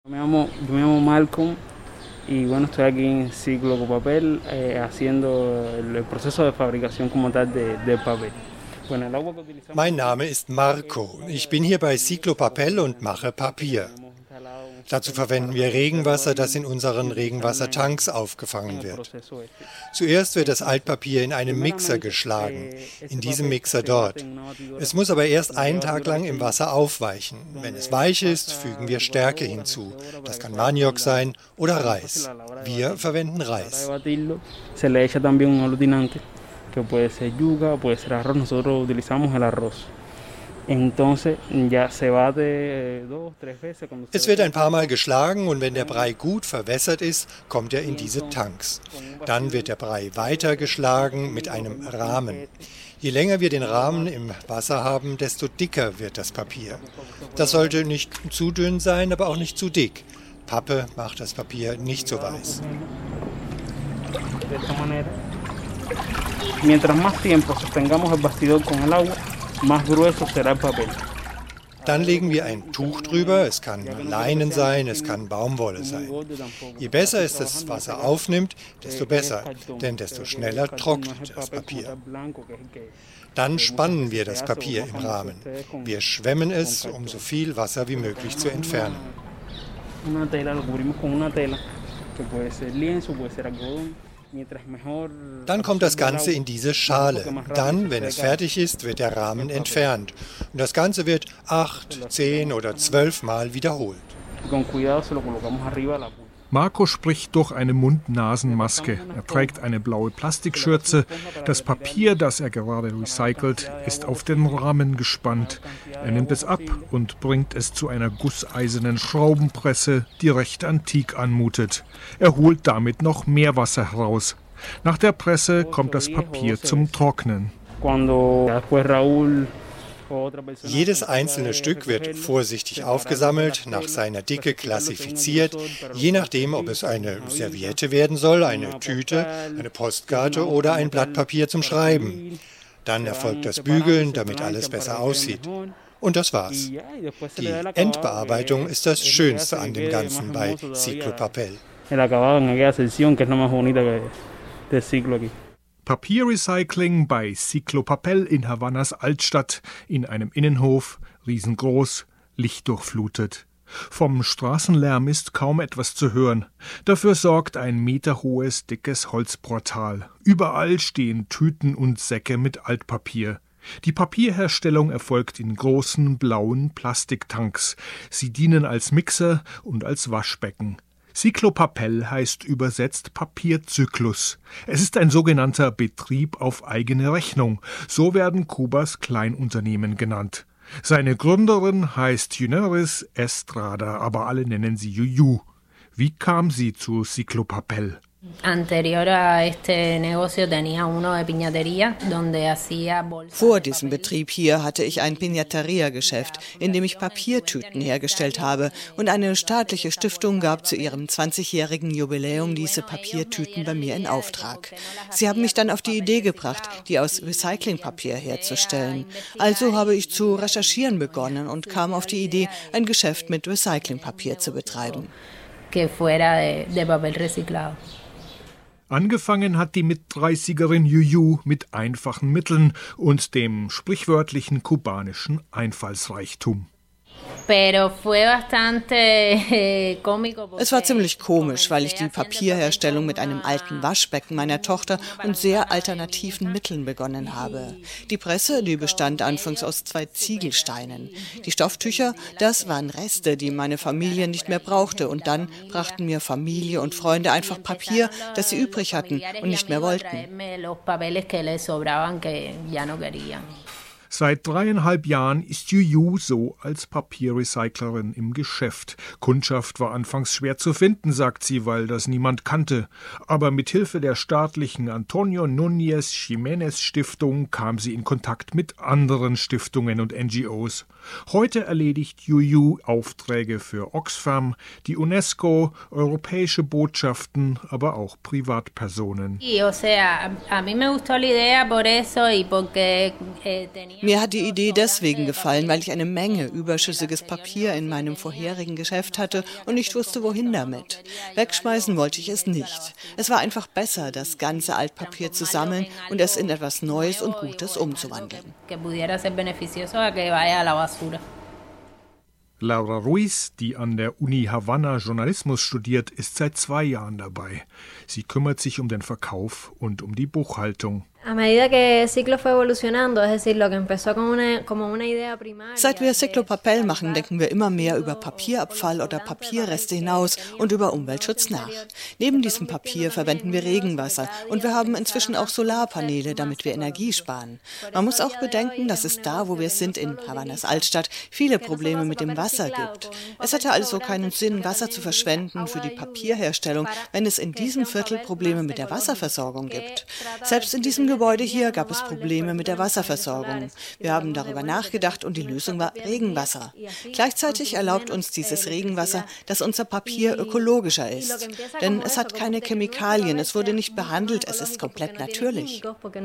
Yo me llamo Malcolm y bueno, estoy aquí en Ciclo Papel haciendo el proceso de fabricación como tal de papel. Mein Name ist Marco. Ich bin hier bei Ciclo Papel und mache Papier. Dazu verwenden wir Regenwasser, das in unseren Regenwassertanks aufgefangen wird. Zuerst wird das Altpapier in einem Mixer geschlagen, in diesem Mixer dort. Es muss aber erst einen Tag lang im Wasser aufweichen. Wenn es weich ist, fügen wir Stärke hinzu. Das kann Maniok sein oder Reis. Wir verwenden Reis. Que puede ser yuca, puede ser arroz, nosotros utilizamos el arroz. Entonces ya se bate 2, 3 veces. Es wird ein paar Mal geschlagen und wenn der Brei gut verwässert ist, kommt er in diese Tanks. Dann wird der Brei weiter geschlagen mit einem Rahmen. Je länger wir den Rahmen im Wasser haben, desto dicker wird das Papier. Das sollte nicht zu dünn sein, aber auch nicht zu dick. Pappe macht das Papier nicht so weiß. Mientras más tiempo sostengamos el bastidor con el agua, más grueso será el papel. Dann legen wir ein Tuch drüber, es kann Leinen sein, es kann Baumwolle sein. Je besser es das Wasser aufnimmt, desto besser, denn desto schneller trocknet das Papier. Dann spannen wir das Papier im Rahmen. Wir schwemmen es, um so viel Wasser wie möglich zu entfernen. Una tela, lo cubrimos con una tela, que puede ser lienzo, puede ser algodón. Dann kommt das Ganze in diese Schale. Dann, wenn es fertig ist, wird der Rahmen entfernt. Und das Ganze wird 8, 10 oder 12 Mal wiederholt. Marco spricht durch eine Mund-Nasen-Maske. Er trägt eine blaue Plastikschürze. Das Papier, das er gerade recycelt, ist auf den Rahmen gespannt. Er nimmt es ab und bringt es zu einer gusseisernen Schraubenpresse, die recht antik anmutet. Er holt damit noch mehr Wasser heraus. Nach der Presse kommt das Papier zum Trocknen. Jedes einzelne Stück wird vorsichtig aufgesammelt, nach seiner Dicke klassifiziert, je nachdem, ob es eine Serviette werden soll, eine Tüte, eine Postkarte oder ein Blatt Papier zum Schreiben. Dann erfolgt das Bügeln, damit alles besser aussieht. Und das war's. Die Endbearbeitung ist das Schönste an dem Ganzen bei Ciclo Papel. Papierrecycling bei Ciclo Papel in Havannas Altstadt, in einem Innenhof, riesengroß, lichtdurchflutet. Vom Straßenlärm ist kaum etwas zu hören. Dafür sorgt ein meterhohes, dickes Holzportal. Überall stehen Tüten und Säcke mit Altpapier. Die Papierherstellung erfolgt in großen, blauen Plastiktanks. Sie dienen als Mixer und als Waschbecken. Ciclo Papel heißt übersetzt Papierzyklus. Es ist ein sogenannter Betrieb auf eigene Rechnung. So werden Kubas Kleinunternehmen genannt. Seine Gründerin heißt Yuneris Estrada, aber alle nennen sie Yuyu. Wie kam sie zu Ciclo Papel? Vor diesem Betrieb hier hatte ich ein Piñateria-Geschäft, in dem ich Papiertüten hergestellt habe, und eine staatliche Stiftung gab zu ihrem 20-jährigen Jubiläum diese Papiertüten bei mir in Auftrag. Sie haben mich dann auf die Idee gebracht, die aus Recyclingpapier herzustellen. Also habe ich zu recherchieren begonnen und kam auf die Idee, ein Geschäft mit Recyclingpapier zu betreiben. Angefangen hat die Mit-30erin Yuyu mit einfachen Mitteln und dem sprichwörtlichen kubanischen Einfallsreichtum. Es war ziemlich komisch, weil ich die Papierherstellung mit einem alten Waschbecken meiner Tochter und sehr alternativen Mitteln begonnen habe. Die Presse, die bestand anfangs aus 2 Ziegelsteinen. Die Stofftücher, das waren Reste, die meine Familie nicht mehr brauchte. Und dann brachten mir Familie und Freunde einfach Papier, das sie übrig hatten und nicht mehr wollten. Seit 3,5 Jahren ist Yuyu so als Papierrecyclerin im Geschäft. Kundschaft war anfangs schwer zu finden, sagt sie, weil das niemand kannte. Aber mit Hilfe der staatlichen Antonio Núñez Jiménez Stiftung kam sie in Kontakt mit anderen Stiftungen und NGOs. Heute erledigt Yuyu Aufträge für Oxfam, die UNESCO, europäische Botschaften, aber auch Privatpersonen. Mir hat die Idee deswegen gefallen, weil ich eine Menge überschüssiges Papier in meinem vorherigen Geschäft hatte und nicht wusste, wohin damit. Wegschmeißen wollte ich es nicht. Es war einfach besser, das ganze Altpapier zu sammeln und es in etwas Neues und Gutes umzuwandeln. Laura Ruiz, die an der Uni Havanna Journalismus studiert, ist seit 2 Jahren dabei. Sie kümmert sich um den Verkauf und um die Buchhaltung. Seit wir Ciclo Papel machen, denken wir immer mehr über Papierabfall oder Papierreste hinaus und über Umweltschutz nach. Neben diesem Papier verwenden wir Regenwasser und wir haben inzwischen auch Solarpaneele, damit wir Energie sparen. Man muss auch bedenken, dass es da, wo wir sind, in Havannas Altstadt, viele Probleme mit dem Wasser gibt. Es hätte also keinen Sinn, Wasser zu verschwenden für die Papierherstellung, wenn es in diesem Viertel Probleme mit der Wasserversorgung gibt. Selbst in diesem Gebäude hier gab es Probleme mit der Wasserversorgung. Wir haben darüber nachgedacht und die Lösung war Regenwasser. Gleichzeitig erlaubt uns dieses Regenwasser, dass unser Papier ökologischer ist. Denn es hat keine Chemikalien, es wurde nicht behandelt, es ist komplett natürlich.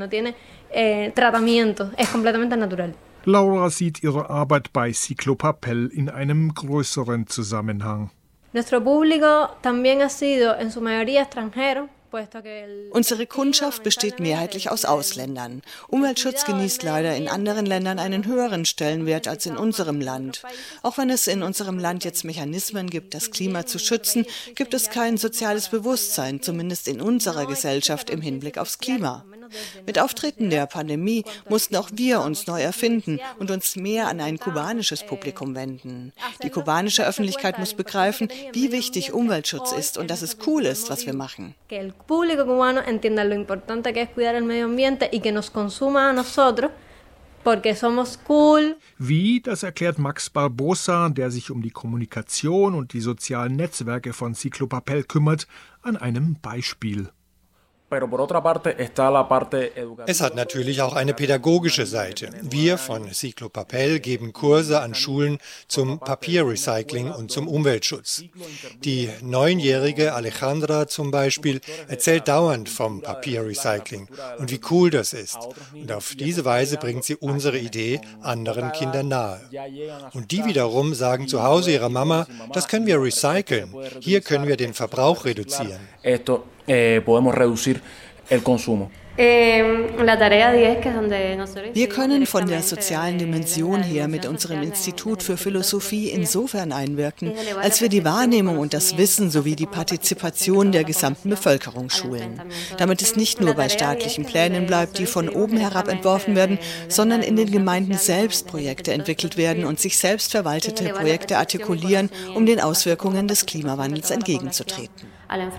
Laura sieht ihre Arbeit bei Ciclo Papel in einem größeren Zusammenhang. Nuestro público también ha sido en su mayoría extranjero. Unsere Kundschaft besteht mehrheitlich aus Ausländern. Umweltschutz genießt leider in anderen Ländern einen höheren Stellenwert als in unserem Land. Auch wenn es in unserem Land jetzt Mechanismen gibt, das Klima zu schützen, gibt es kein soziales Bewusstsein, zumindest in unserer Gesellschaft im Hinblick aufs Klima. Mit Auftreten der Pandemie mussten auch wir uns neu erfinden und uns mehr an ein kubanisches Publikum wenden. Die kubanische Öffentlichkeit muss begreifen, wie wichtig Umweltschutz ist und dass es cool ist, was wir machen. Público cubano entienda lo importante que es cuidar el medio ambiente y que nos consuma a nosotros, porque somos cool. Wie, das erklärt Max Barbosa, der sich um die Kommunikation und die sozialen Netzwerke von Ciclo Papel kümmert, an einem Beispiel. Es hat natürlich auch eine pädagogische Seite. Wir von Ciclo Papel geben Kurse an Schulen zum Papierrecycling und zum Umweltschutz. Die 9-jährige Alejandra zum Beispiel erzählt dauernd vom Papierrecycling und wie cool das ist. Und auf diese Weise bringt sie unsere Idee anderen Kindern nahe. Und die wiederum sagen zu Hause ihrer Mama, das können wir recyceln. Hier können wir den Verbrauch reduzieren. Podemos reducir el consumo. Wir können von der sozialen Dimension her mit unserem Institut für Philosophie insofern einwirken, als wir die Wahrnehmung und das Wissen sowie die Partizipation der gesamten Bevölkerung schulen. Damit es nicht nur bei staatlichen Plänen bleibt, die von oben herab entworfen werden, sondern in den Gemeinden selbst Projekte entwickelt werden und sich selbst verwaltete Projekte artikulieren, um den Auswirkungen des Klimawandels entgegenzutreten.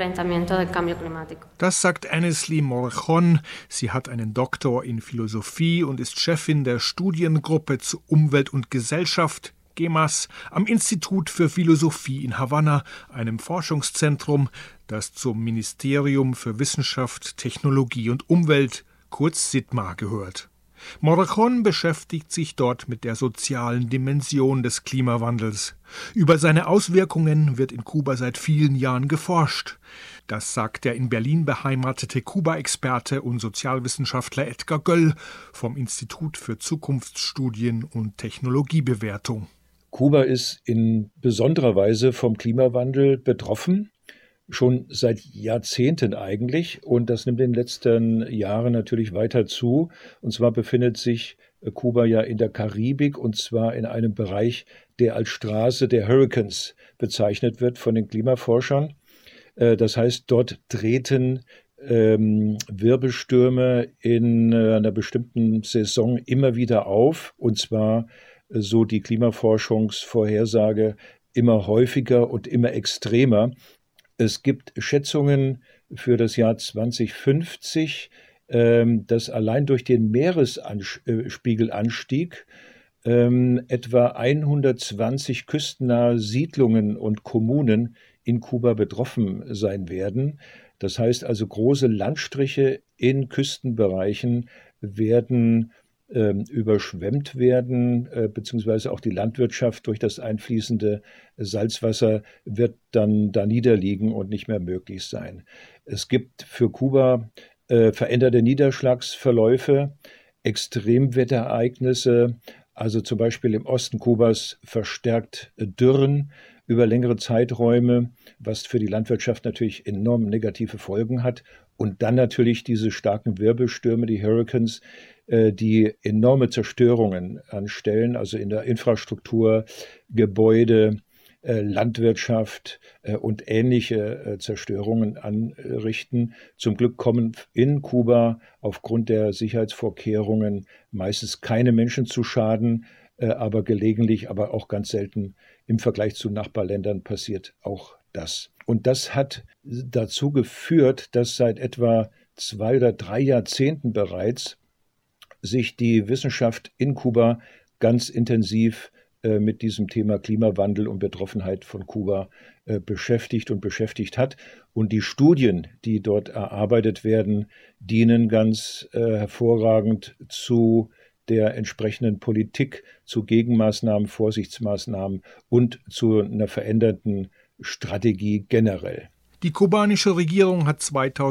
Das sagt Annesley Morjon. Sie hat einen Doktor in Philosophie und ist Chefin der Studiengruppe zu Umwelt und Gesellschaft, GEMAS, am Institut für Philosophie in Havanna, einem Forschungszentrum, das zum Ministerium für Wissenschaft, Technologie und Umwelt, kurz SITMA, gehört. Morjon beschäftigt sich dort mit der sozialen Dimension des Klimawandels. Über seine Auswirkungen wird in Kuba seit vielen Jahren geforscht. Das sagt der in Berlin beheimatete Kuba-Experte und Sozialwissenschaftler Edgar Göll vom Institut für Zukunftsstudien und Technologiebewertung. Kuba ist in besonderer Weise vom Klimawandel betroffen. Schon seit Jahrzehnten eigentlich, und das nimmt in den letzten Jahren natürlich weiter zu. Und zwar befindet sich Kuba ja in der Karibik, und zwar in einem Bereich, der als Straße der Hurricanes bezeichnet wird von den Klimaforschern. Das heißt, dort treten Wirbelstürme in einer bestimmten Saison immer wieder auf, und zwar, so die Klimaforschungsvorhersage, immer häufiger und immer extremer. Es gibt Schätzungen für das Jahr 2050, dass allein durch den Meeresspiegelanstieg etwa 120 küstennahe Siedlungen und Kommunen in Kuba betroffen sein werden. Das heißt also, große Landstriche in Küstenbereichen werden überschwemmt werden, beziehungsweise auch die Landwirtschaft durch das einfließende Salzwasser wird dann da niederliegen und nicht mehr möglich sein. Es gibt für Kuba veränderte Niederschlagsverläufe. Extremwetterereignisse, also zum Beispiel im Osten Kubas verstärkt Dürren über längere Zeiträume, was für die Landwirtschaft natürlich enorm negative Folgen hat. Und dann natürlich diese starken Wirbelstürme, die Hurricanes, die enorme Zerstörungen anstellen, also in der Infrastruktur, Gebäude, Landwirtschaft und ähnliche Zerstörungen anrichten. Zum Glück kommen in Kuba aufgrund der Sicherheitsvorkehrungen meistens keine Menschen zu Schaden, aber gelegentlich, aber auch ganz selten im Vergleich zu Nachbarländern passiert auch das. Und das hat dazu geführt, dass seit etwa 2 oder 3 Jahrzehnten bereits sich die Wissenschaft in Kuba ganz intensiv mit diesem Thema Klimawandel und Betroffenheit von Kuba beschäftigt und beschäftigt hat. Und die Studien, die dort erarbeitet werden, dienen ganz hervorragend zu der entsprechenden Politik, zu Gegenmaßnahmen, Vorsichtsmaßnahmen und zu einer veränderten Strategie generell. Die kubanische Regierung hat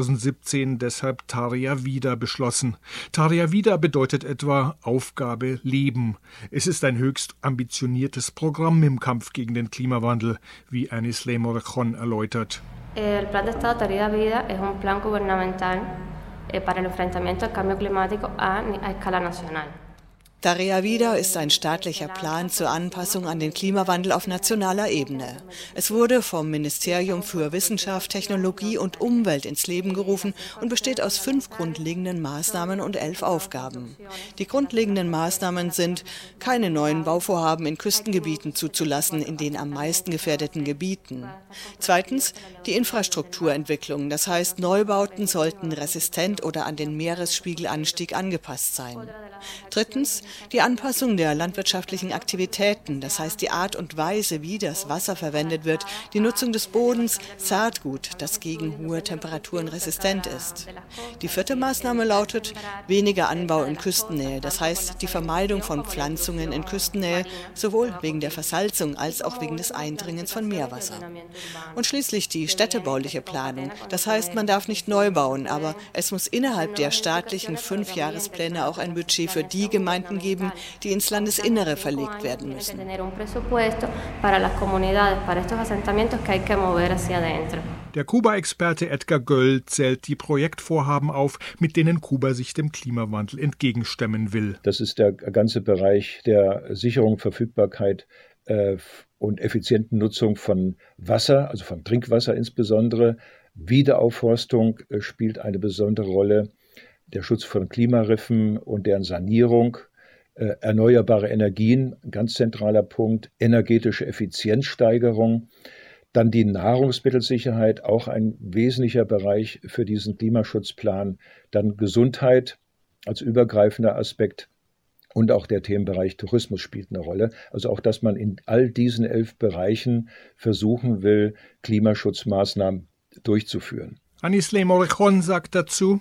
2017 deshalb Tarea Vida beschlossen. Tarea Vida bedeutet etwa Aufgabe Leben. Es ist ein höchst ambitioniertes Programm im Kampf gegen den Klimawandel, wie Anisley Morejón erläutert. El Plan de Estado Tarea Vida es un plan gubernamental para el enfrentamiento al cambio climático a escala nacional. Tarea Vida ist ein staatlicher Plan zur Anpassung an den Klimawandel auf nationaler Ebene. Es wurde vom Ministerium für Wissenschaft, Technologie und Umwelt ins Leben gerufen und besteht aus 5 grundlegenden Maßnahmen und 11 Aufgaben. Die grundlegenden Maßnahmen sind, keine neuen Bauvorhaben in Küstengebieten zuzulassen, in den am meisten gefährdeten Gebieten. Zweitens, die Infrastrukturentwicklung, das heißt, Neubauten sollten resistent oder an den Meeresspiegelanstieg angepasst sein. Drittens, die Anpassung der landwirtschaftlichen Aktivitäten, das heißt die Art und Weise, wie das Wasser verwendet wird, die Nutzung des Bodens, Saatgut, das gegen hohe Temperaturen resistent ist. Die 4. Maßnahme lautet weniger Anbau in Küstennähe, das heißt die Vermeidung von Pflanzungen in Küstennähe, sowohl wegen der Versalzung als auch wegen des Eindringens von Meerwasser. Und schließlich die städtebauliche Planung, das heißt, man darf nicht neu bauen, aber es muss innerhalb der staatlichen 5-Jahrespläne auch ein Budget für die Gemeinden geben, die ins Landesinnere verlegt werden müssen. Der Kuba-Experte Edgar Göll zählt die Projektvorhaben auf, mit denen Kuba sich dem Klimawandel entgegenstemmen will. Das ist der ganze Bereich der Sicherung, Verfügbarkeit und effizienten Nutzung von Wasser, also von Trinkwasser insbesondere. Wiederaufforstung spielt eine besondere Rolle. Der Schutz von Klimariffen und deren Sanierung, erneuerbare Energien, ein ganz zentraler Punkt, energetische Effizienzsteigerung, dann die Nahrungsmittelsicherheit, auch ein wesentlicher Bereich für diesen Klimaschutzplan, dann Gesundheit als übergreifender Aspekt und auch der Themenbereich Tourismus spielt eine Rolle. Also auch, dass man in all diesen 11 Bereichen versuchen will, Klimaschutzmaßnahmen durchzuführen. Anisley Morejón sagt dazu: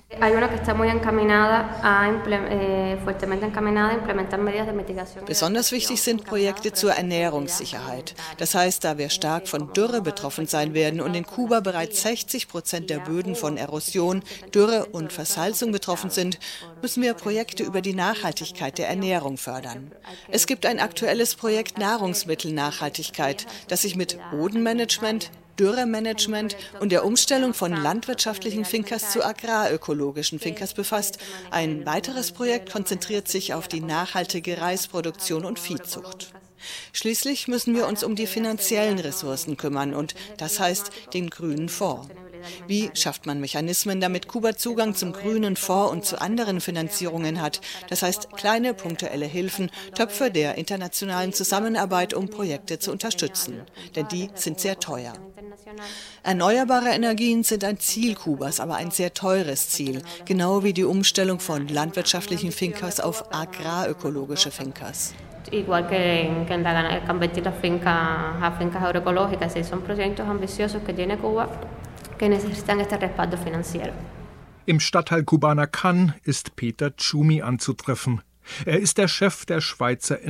Besonders wichtig sind Projekte zur Ernährungssicherheit. Das heißt, da wir stark von Dürre betroffen sein werden und in Kuba bereits 60% der Böden von Erosion, Dürre und Versalzung betroffen sind, müssen wir Projekte über die Nachhaltigkeit der Ernährung fördern. Es gibt ein aktuelles Projekt Nahrungsmittelnachhaltigkeit, das sich mit Bodenmanagement, Dürremanagement und der Umstellung von landwirtschaftlichen Fincas zu agrarökologischen Fincas befasst. Ein weiteres Projekt konzentriert sich auf die nachhaltige Reisproduktion und Viehzucht. Schließlich müssen wir uns um die finanziellen Ressourcen kümmern und das heißt den grünen Fonds. Wie schafft man Mechanismen, damit Kuba Zugang zum grünen Fonds und zu anderen Finanzierungen hat? Das heißt kleine punktuelle Hilfen, Töpfe der internationalen Zusammenarbeit, um Projekte zu unterstützen. Denn die sind sehr teuer. Erneuerbare Energien sind ein Ziel Kubas, aber ein sehr teures Ziel, genau wie die Umstellung von landwirtschaftlichen Fincas auf agrarökologische Fincas. Igual que convertir las fincas a fincas agroecológicas, son proyectos ambiciosos que tiene Cuba que necesitan este respaldo financiero. Im Stadtteil Kubanacan ist Peter Tschumi anzutreffen. Er ist der Chef der Schweizer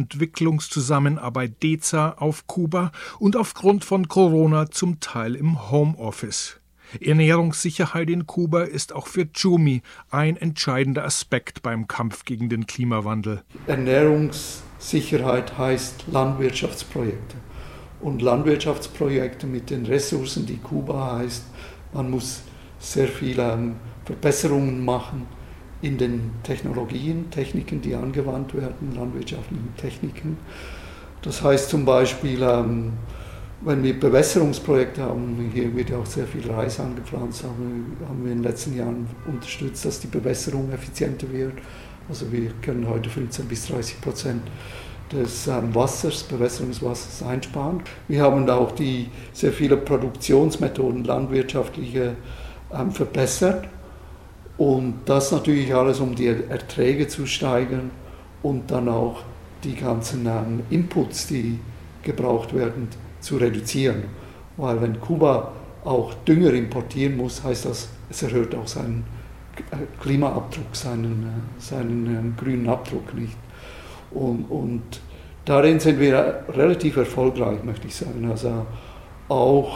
Entwicklungszusammenarbeit DEZA auf Kuba und aufgrund von Corona zum Teil im Homeoffice. Ernährungssicherheit in Kuba ist auch für Tschumi ein entscheidender Aspekt beim Kampf gegen den Klimawandel. Ernährungssicherheit heißt Landwirtschaftsprojekte. Und Landwirtschaftsprojekte mit den Ressourcen, die Kuba heißt, man muss sehr viele Verbesserungen machen in den Techniken, die angewandt werden, landwirtschaftlichen Techniken. Das heißt zum Beispiel, wenn wir Bewässerungsprojekte haben, hier wird ja auch sehr viel Reis angepflanzt, haben wir in den letzten Jahren unterstützt, dass die Bewässerung effizienter wird. Also wir können heute 15% bis 30% des Bewässerungswassers einsparen. Wir haben auch sehr viele Produktionsmethoden, landwirtschaftliche, verbessert. Und das natürlich alles, um die Erträge zu steigern und dann auch die ganzen Inputs, die gebraucht werden, zu reduzieren. Weil wenn Kuba auch Dünger importieren muss, heißt das, es erhöht auch seinen Klimaabdruck, seinen grünen Abdruck nicht. Und darin sind wir relativ erfolgreich, möchte ich sagen. Also auch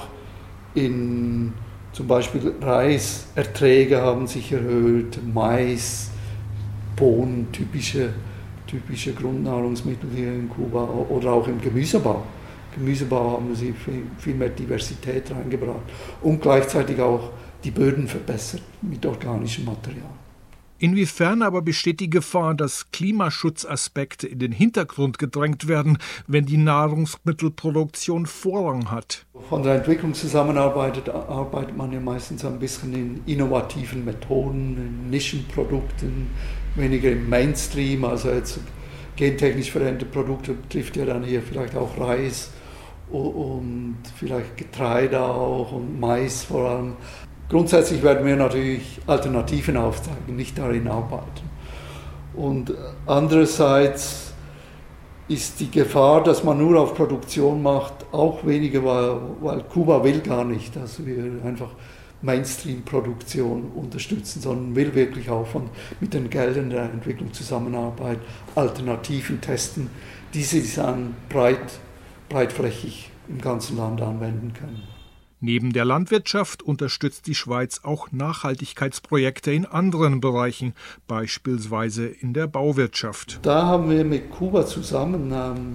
zum Beispiel Reiserträge haben sich erhöht, Mais, Bohnen, typische Grundnahrungsmittel hier in Kuba oder auch im Gemüsebau. Im Gemüsebau haben sie viel mehr Diversität reingebracht und gleichzeitig auch die Böden verbessert mit organischem Material. Inwiefern aber besteht die Gefahr, dass Klimaschutzaspekte in den Hintergrund gedrängt werden, wenn die Nahrungsmittelproduktion Vorrang hat? Von der Entwicklungszusammenarbeit arbeitet man ja meistens ein bisschen in innovativen Methoden, in Nischenprodukten, weniger im Mainstream. Also jetzt gentechnisch veränderte Produkte betrifft ja dann hier vielleicht auch Reis und vielleicht Getreide auch und Mais vor allem. Grundsätzlich werden wir natürlich Alternativen aufzeigen, nicht darin arbeiten. Und andererseits ist die Gefahr, dass man nur auf Produktion macht, auch weniger, weil Kuba will gar nicht, dass wir einfach Mainstream-Produktion unterstützen, sondern will wirklich auch mit den Geldern der Entwicklungszusammenarbeit Alternativen testen, die sie dann breitflächig im ganzen Land anwenden können. Neben der Landwirtschaft unterstützt die Schweiz auch Nachhaltigkeitsprojekte in anderen Bereichen, beispielsweise in der Bauwirtschaft. Da haben wir mit Kuba zusammen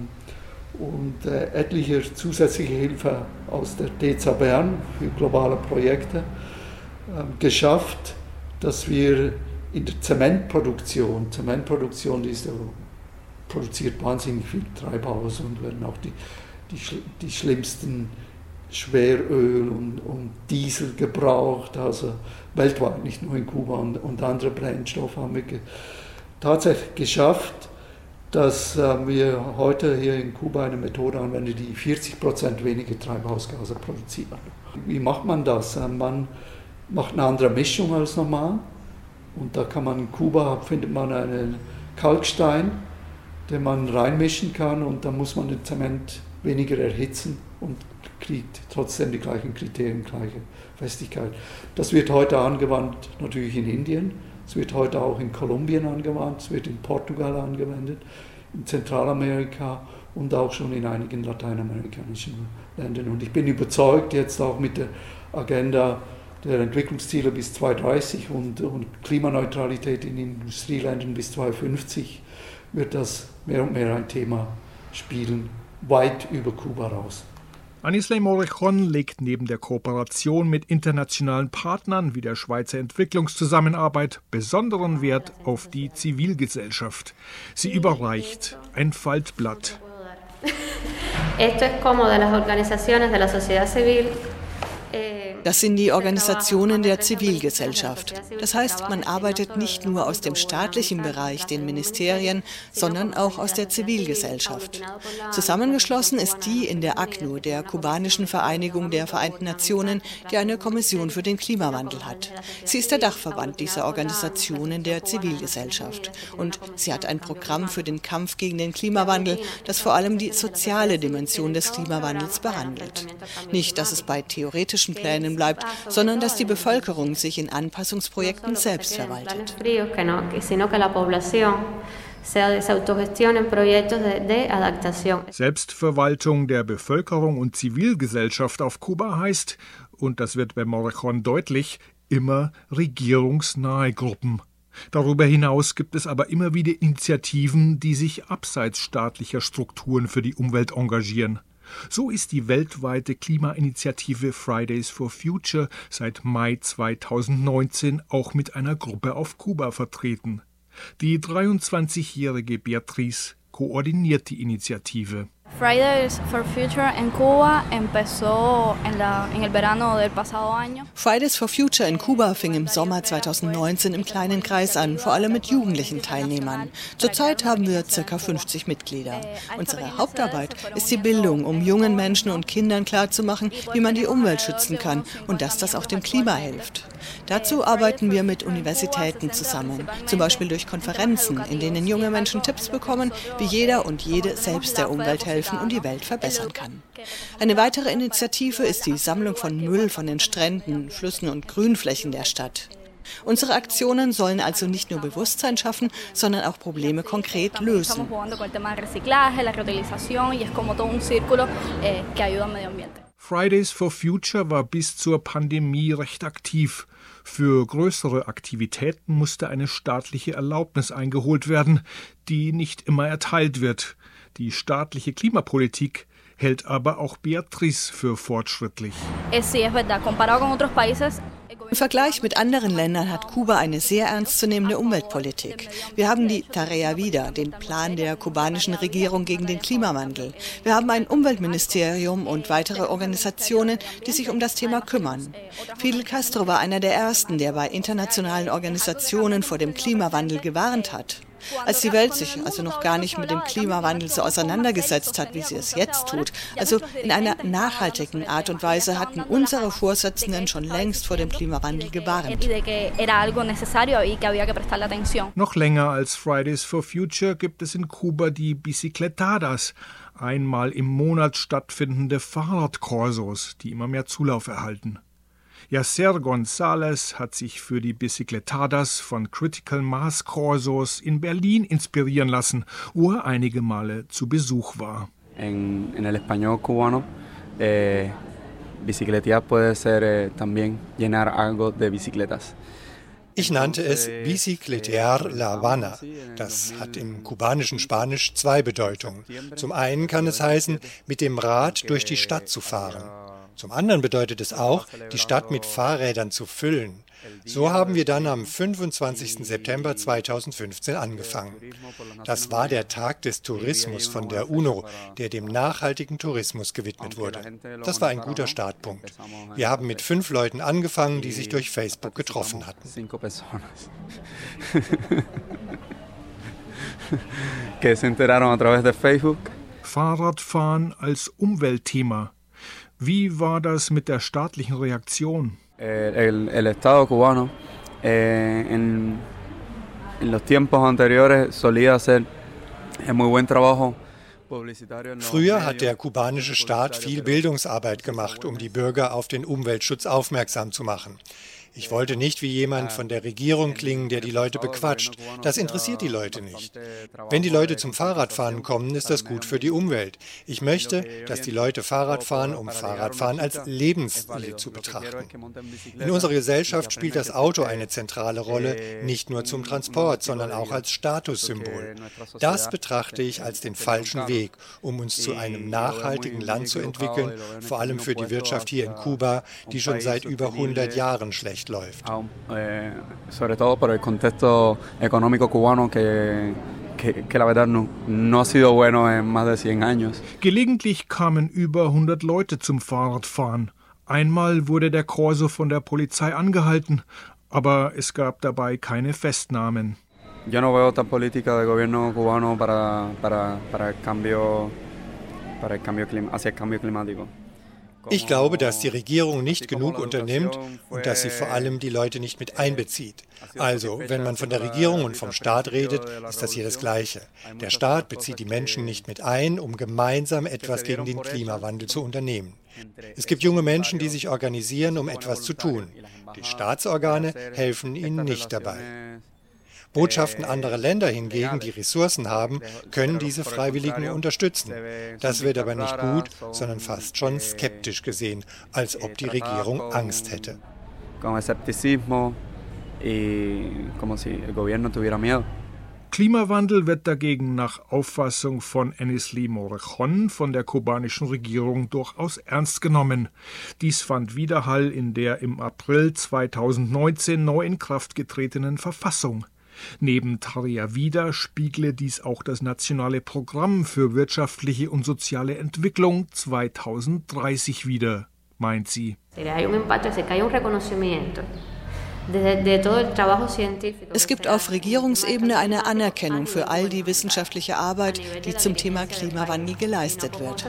etliche zusätzliche Hilfe aus der DEZA Bern für globale Projekte geschafft, dass wir in der Zementproduktion produziert wahnsinnig viel Treibhaus und werden auch die schlimmsten Schweröl und Diesel gebraucht, also weltweit, nicht nur in Kuba und andere Brennstoffe haben wir tatsächlich geschafft, dass wir heute hier in Kuba eine Methode anwenden, die 40% weniger Treibhausgase produziert. Wie macht man das? Man macht eine andere Mischung als normal und da kann man in Kuba, findet man einen Kalkstein, den man reinmischen kann und dann muss man den Zement weniger erhitzen und kriegt trotzdem die gleichen Kriterien, gleiche Festigkeit. Das wird heute angewandt natürlich in Indien, es wird heute auch in Kolumbien angewandt, es wird in Portugal angewendet, in Zentralamerika und auch schon in einigen lateinamerikanischen Ländern. Und ich bin überzeugt, jetzt auch mit der Agenda der Entwicklungsziele bis 2030 und Klimaneutralität in Industrieländern bis 2050 wird das mehr und mehr ein Thema spielen, weit über Kuba raus. Anisley Morejón legt neben der Kooperation mit internationalen Partnern wie der Schweizer Entwicklungszusammenarbeit besonderen Wert auf die Zivilgesellschaft. Sie überreicht ein Faltblatt. Das sind die Organisationen der Zivilgesellschaft. Das heißt, man arbeitet nicht nur aus dem staatlichen Bereich, den Ministerien, sondern auch aus der Zivilgesellschaft. Zusammengeschlossen ist die in der ACNUR, der kubanischen Vereinigung der Vereinten Nationen, die eine Kommission für den Klimawandel hat. Sie ist der Dachverband dieser Organisationen der Zivilgesellschaft. Und sie hat ein Programm für den Kampf gegen den Klimawandel, das vor allem die soziale Dimension des Klimawandels behandelt. Nicht, dass es bei theoretischen Plänen bleibt, sondern dass die Bevölkerung sich in Anpassungsprojekten selbst verwaltet. Selbstverwaltung der Bevölkerung und Zivilgesellschaft auf Kuba heißt, und das wird bei Morrejón deutlich, immer regierungsnahe Gruppen. Darüber hinaus gibt es aber immer wieder Initiativen, die sich abseits staatlicher Strukturen für die Umwelt engagieren. So ist die weltweite Klimainitiative Fridays for Future seit Mai 2019 auch mit einer Gruppe auf Kuba vertreten. Die 23-jährige Beatriz koordiniert die Initiative. Fridays for Future en Cuba empezó en el verano del pasado año. Fridays for Future in Kuba fing im Sommer 2019 im kleinen Kreis an, vor allem mit jugendlichen Teilnehmern. Zurzeit haben wir ca. 50 Mitglieder. Unsere Hauptarbeit ist die Bildung, um jungen Menschen und Kindern klarzumachen, wie man die Umwelt schützen kann und dass das auch dem Klima hilft. Dazu arbeiten wir mit Universitäten zusammen, zum Beispiel durch Konferenzen, in denen junge Menschen Tipps bekommen, wie jeder und jede selbst der Umwelt helfen und die Welt verbessern kann. Eine weitere Initiative ist die Sammlung von Müll von den Stränden, Flüssen und Grünflächen der Stadt. Unsere Aktionen sollen also nicht nur Bewusstsein schaffen, sondern auch Probleme konkret lösen. Fridays for Future war bis zur Pandemie recht aktiv. Für größere Aktivitäten musste eine staatliche Erlaubnis eingeholt werden, die nicht immer erteilt wird. Die staatliche Klimapolitik hält aber auch Beatriz für fortschrittlich. Im Vergleich mit anderen Ländern hat Kuba eine sehr ernstzunehmende Umweltpolitik. Wir haben die Tarea Vida, den Plan der kubanischen Regierung gegen den Klimawandel. Wir haben ein Umweltministerium und weitere Organisationen, die sich um das Thema kümmern. Fidel Castro war einer der ersten, der bei internationalen Organisationen vor dem Klimawandel gewarnt hat. Als die Welt sich also noch gar nicht mit dem Klimawandel so auseinandergesetzt hat, wie sie es jetzt tut, also in einer nachhaltigen Art und Weise, hatten unsere Vorsitzenden schon längst vor dem Klimawandel gewarnt. Noch länger als Fridays for Future gibt es in Kuba die Bicicletadas, einmal im Monat stattfindende Fahrradkorsos, die immer mehr Zulauf erhalten. Yasser González hat sich für die Bicicletadas von Critical Mass Corsos in Berlin inspirieren lassen, wo er einige Male zu Besuch war. En el español cubano, bicicletear puede ser también llenar algo de bicicletas. Ich nannte es Bicicletear La Habana. Das hat im kubanischen Spanisch zwei Bedeutungen. Zum einen kann es heißen, mit dem Rad durch die Stadt zu fahren. Zum anderen bedeutet es auch, die Stadt mit Fahrrädern zu füllen. So haben wir dann am 25. September 2015 angefangen. Das war der Tag des Tourismus von der UNO, der dem nachhaltigen Tourismus gewidmet wurde. Das war ein guter Startpunkt. Wir haben mit 5 Leuten angefangen, die sich durch Facebook getroffen hatten. Fahrradfahren als Umweltthema. Wie war das mit der staatlichen Reaktion? El Estado cubano en los tiempos anteriores solía hacer muy buen trabajo. Früher hat der kubanische Staat viel Bildungsarbeit gemacht, um die Bürger auf den Umweltschutz aufmerksam zu machen. Ich wollte nicht wie jemand von der Regierung klingen, der die Leute bequatscht. Das interessiert die Leute nicht. Wenn die Leute zum Fahrradfahren kommen, ist das gut für die Umwelt. Ich möchte, dass die Leute Fahrrad fahren, um Fahrradfahren als Lebensstil zu betrachten. In unserer Gesellschaft spielt das Auto eine zentrale Rolle, nicht nur zum Transport, sondern auch als Statussymbol. Das betrachte ich als den falschen Weg, um uns zu einem nachhaltigen Land zu entwickeln, vor allem für die Wirtschaft hier in Kuba, die schon seit über 100 Jahren schlecht läuft. Sobre todo por el contexto económico cubano que la verdad no ha sido bueno en más de 100 años. Gelegentlich kamen über 100 Leute zum Fahrradfahren. Einmal wurde der Corso von der Polizei angehalten, aber es gab dabei keine Festnahmen. Yo no veo esta política del gobierno cubano para el cambio hacia el cambio climático. Ich glaube, dass die Regierung nicht genug unternimmt und dass sie vor allem die Leute nicht mit einbezieht. Also, wenn man von der Regierung und vom Staat redet, ist das hier das Gleiche. Der Staat bezieht die Menschen nicht mit ein, um gemeinsam etwas gegen den Klimawandel zu unternehmen. Es gibt junge Menschen, die sich organisieren, um etwas zu tun. Die Staatsorgane helfen ihnen nicht dabei. Botschaften anderer Länder hingegen, die Ressourcen haben, können diese Freiwilligen unterstützen. Das wird aber nicht gut, sondern fast schon skeptisch gesehen, als ob die Regierung Angst hätte. Klimawandel wird dagegen nach Auffassung von Enisli Morejón von der kubanischen Regierung durchaus ernst genommen. Dies fand Widerhall in der im April 2019 neu in Kraft getretenen Verfassung. Neben Tarea Vida spiegle dies auch das Nationale Programm für wirtschaftliche und soziale Entwicklung 2030 wider, meint sie. Es gibt auf Regierungsebene eine Anerkennung für all die wissenschaftliche Arbeit, die zum Thema Klimawandel geleistet wird.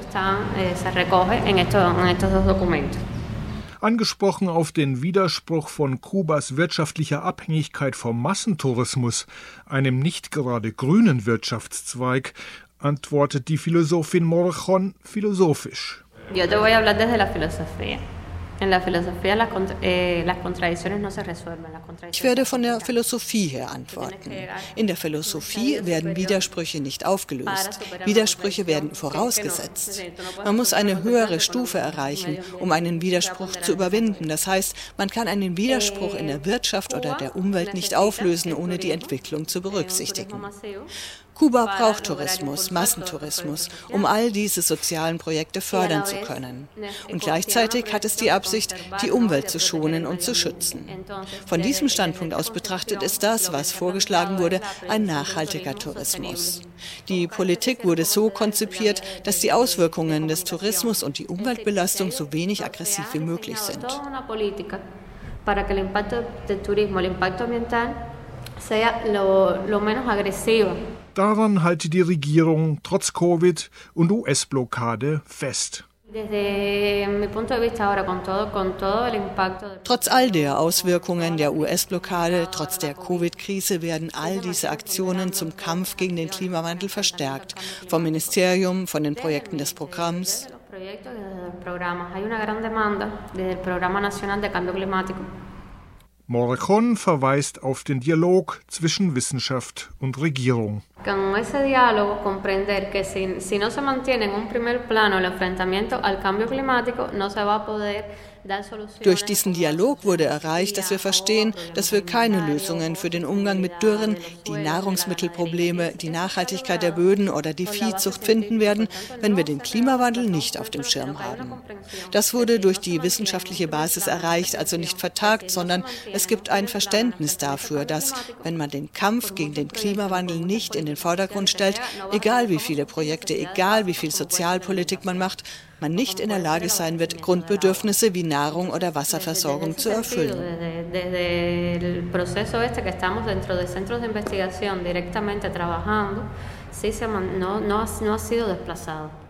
Angesprochen auf den Widerspruch von Kubas wirtschaftlicher Abhängigkeit vom Massentourismus, einem nicht gerade grünen Wirtschaftszweig, antwortet die Philosophin Morejón philosophisch. Yo te voy a hablar desde la filosofía. Ich werde von der Philosophie her antworten. In der Philosophie werden Widersprüche nicht aufgelöst. Widersprüche werden vorausgesetzt. Man muss eine höhere Stufe erreichen, um einen Widerspruch zu überwinden. Das heißt, man kann einen Widerspruch in der Wirtschaft oder der Umwelt nicht auflösen, ohne die Entwicklung zu berücksichtigen. Kuba braucht Tourismus, Massentourismus, um all diese sozialen Projekte fördern zu können. Und gleichzeitig hat es die Absicht, die Umwelt zu schonen und zu schützen. Von diesem Standpunkt aus betrachtet ist das, was vorgeschlagen wurde, ein nachhaltiger Tourismus. Die Politik wurde so konzipiert, dass die Auswirkungen des Tourismus und die Umweltbelastung so wenig aggressiv wie möglich sind. Daran halte die Regierung trotz Covid und US-Blockade fest. Trotz all der Auswirkungen der US-Blockade, trotz der Covid-Krise werden all diese Aktionen zum Kampf gegen den Klimawandel verstärkt. Vom Ministerium, von den Projekten des Programms. Morejón verweist auf den Dialog zwischen Wissenschaft und Regierung. Con ese diálogo comprender que si no se mantiene en un primer plano el enfrentamiento al cambio climático, no se va a poder dar soluciones. Durch diesen Dialog wurde erreicht, dass wir verstehen, dass wir keine Lösungen für den Umgang mit Dürren, die Nahrungsmittelprobleme, die Nachhaltigkeit der Böden oder die Viehzucht finden werden, wenn wir den Klimawandel nicht auf dem Schirm haben. Das wurde durch die wissenschaftliche Basis erreicht, also nicht vertagt, sondern es gibt ein Verständnis dafür, dass, wenn man den Kampf gegen den Klimawandel nicht in den Vordergrund stellt, egal wie viele Projekte, egal wie viel Sozialpolitik man macht, man nicht in der Lage sein wird, Grundbedürfnisse wie Nahrung oder Wasserversorgung zu erfüllen. Desde el proceso que estamos dentro de centros de investigación directamente trabajando, sí no ha sido desplazado.